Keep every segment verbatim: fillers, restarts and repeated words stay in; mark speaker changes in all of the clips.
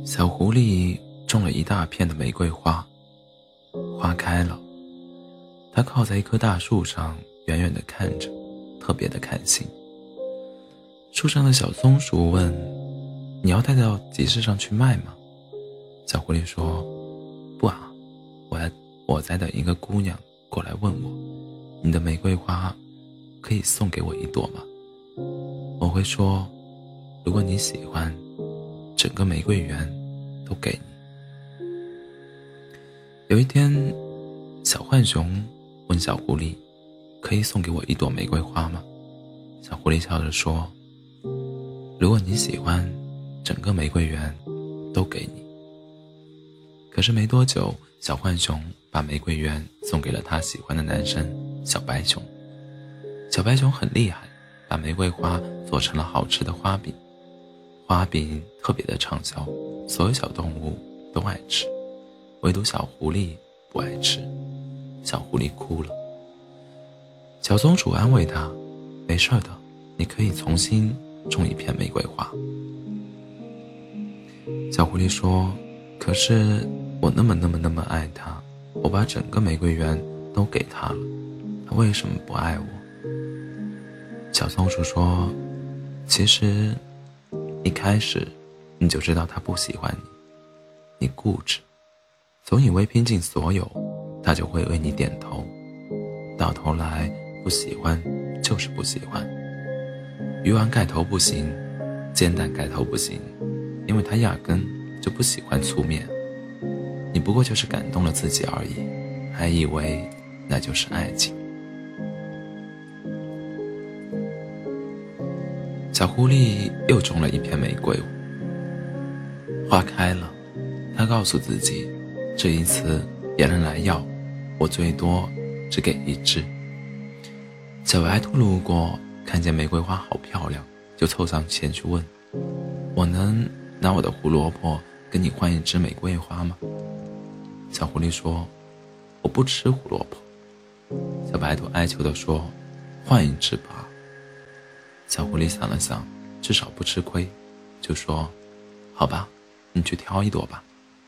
Speaker 1: 小狐狸种了一大片的玫瑰花，花开了。它靠在一棵大树上，远远地看着，特别的开心。树上的小松鼠问：“你要带到集市上去卖吗？”小狐狸说：“不啊，我要我在等一个姑娘过来问我，你的玫瑰花可以送给我一朵吗？我会说，如果你喜欢，整个玫瑰园都给你。”有一天，小浣熊问小狐狸：“可以送给我一朵玫瑰花吗？”小狐狸笑着说：“如果你喜欢，整个玫瑰园都给你。”可是没多久，小浣熊把玫瑰园送给了他喜欢的男生小白熊。小白熊很厉害，把玫瑰花做成了好吃的花饼，花饼特别的畅销，所有小动物都爱吃，唯独小狐狸不爱吃。小狐狸哭了。小松鼠安慰它：“没事的，你可以重新种一片玫瑰花。”小狐狸说：“可是我那么那么那么爱它，我把整个玫瑰园都给它了，它为什么不爱我？”小松鼠说：“其实一开始你就知道它不喜欢你，你固执，总以为拼尽所有，它就会为你点头，到头来不喜欢就是不喜欢。鱼丸盖头不行，煎蛋盖头不行，因为它压根就不喜欢粗面。你不过就是感动了自己而已，还以为那就是爱情。”小狐狸又种了一片玫瑰，花开了。他告诉自己，这一次别人来要，我最多只给一只。小白兔路过，看见玫瑰花好漂亮，就凑上前去问：“我能拿我的胡萝卜跟你换一只玫瑰花吗？”小狐狸说：“我不吃胡萝卜。”小白兔哀求地说：“换一只吧。”小狐狸想了想，至少不吃亏，就说：“好吧，你去挑一朵吧。”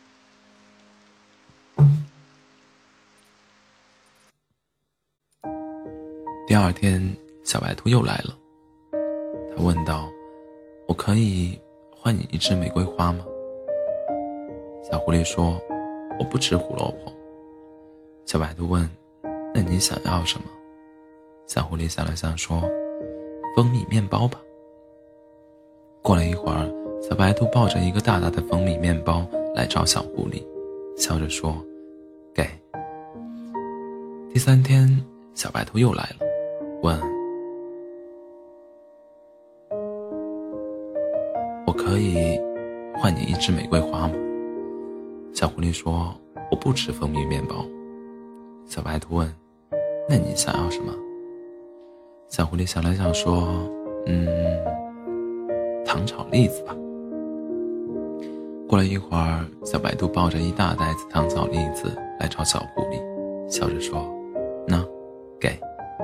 Speaker 1: 第二天，小白兔又来了。他问道：“我可以换你一支玫瑰花吗？”小狐狸说：“我不吃胡萝卜。”小白兔问：“那你想要什么？”小狐狸想了想说：“蜂蜜面包吧。”过了一会儿，小白兔抱着一个大大的蜂蜜面包来找小狐狸，笑着说：“给。”第三天，小白兔又来了，问：“我可以换你一支玫瑰花吗？”小狐狸说：“我不吃蜂蜜面包。”小白兔问：“那你想要什么？”小狐狸想了想说：“嗯，糖炒栗子吧。”过了一会儿，小白兔抱着一大袋子糖炒栗子来找小狐狸，笑着说：“那，给。”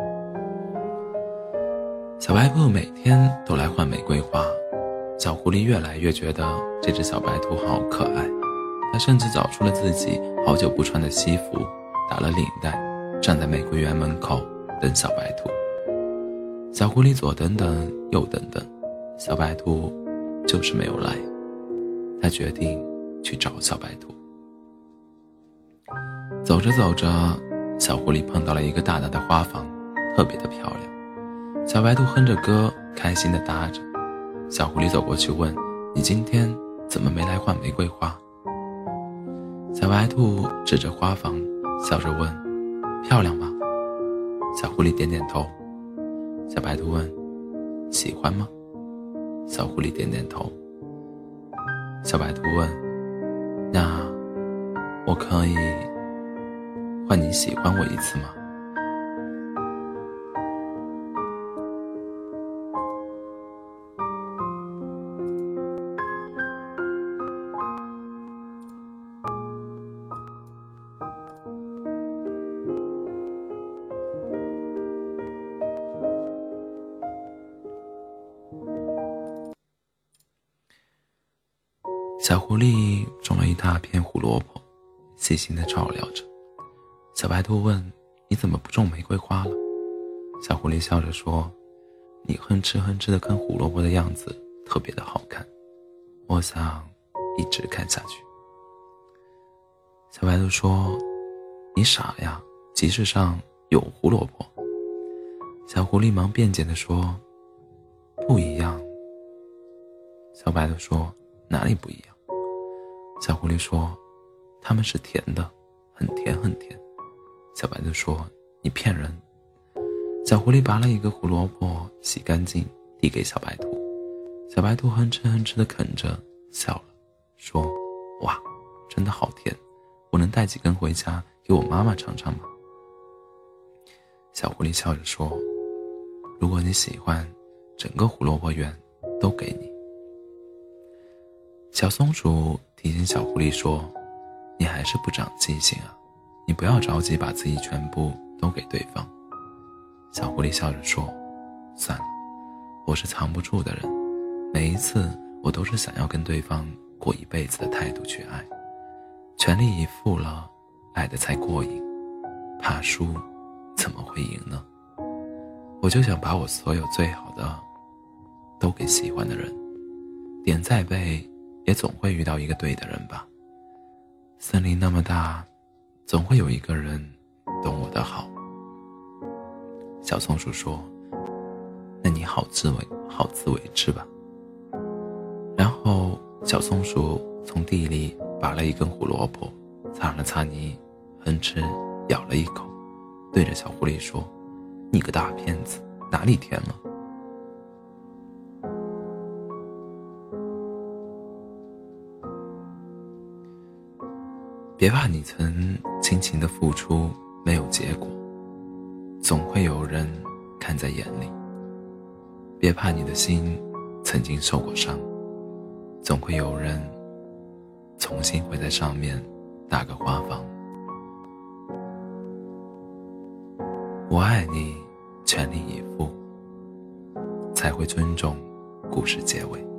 Speaker 1: 小白兔每天都来换玫瑰花，小狐狸越来越觉得这只小白兔好可爱，它甚至找出了自己好久不穿的西服，打了领带，站在玫瑰园门口等小白兔。小狐狸左等等右等等，小白兔就是没有来。他决定去找小白兔。走着走着，小狐狸碰到了一个大大的花房，特别的漂亮。小白兔哼着歌，开心地搭着。小狐狸走过去问：“你今天怎么没来换玫瑰花？”小白兔指着花房，笑着问：“漂亮吗？”小狐狸点点头。小白兔问：“喜欢吗？”小狐狸点点头。小白兔问：“那我可以换你喜欢我一次吗？” 小狐狸种了一大片胡萝卜，细心地照料着。小白兔问：你怎么不种玫瑰花了？小狐狸笑着说：你哼哧哼哧地啃胡萝卜的样子特别的好看，我想一直看下去。小白兔说：你傻呀，集市上有胡萝卜。小狐狸忙辩解地说：不一样。小白兔说：哪里不一样？小狐狸说：它们是甜的，很甜很甜。小白兔说：你骗人。小狐狸拔了一个胡萝卜，洗干净递给小白兔。小白兔哼哧哼哧地啃着，笑了，说：哇，真的好甜，我能带几根回家给我妈妈尝尝吗？小狐狸笑着说：如果你喜欢，整个胡萝卜园都给你。小松鼠提醒小狐狸说：你还是不长记性啊，你不要着急把自己全部都给对方。小狐狸笑着说：算了，我是藏不住的人，每一次我都是想要跟对方过一辈子的态度去爱，全力以赴了，爱的才过瘾，怕输怎么会赢呢？我就想把我所有最好的都给喜欢的人，点再背也总会遇到一个对的人吧。森林那么大，总会有一个人懂我的好。小松鼠说：那你好自为好自为之吧。然后小松鼠从地里拔了一根胡萝卜，擦了擦泥，哼哧咬了一口，对着小狐狸说：你个大骗子，哪里甜了？别怕你曾辛勤的付出没有结果，总会有人看在眼里。别怕你的心曾经受过伤，总会有人重新会在上面搭个花房。我爱你，全力以赴，才会尊重故事结尾。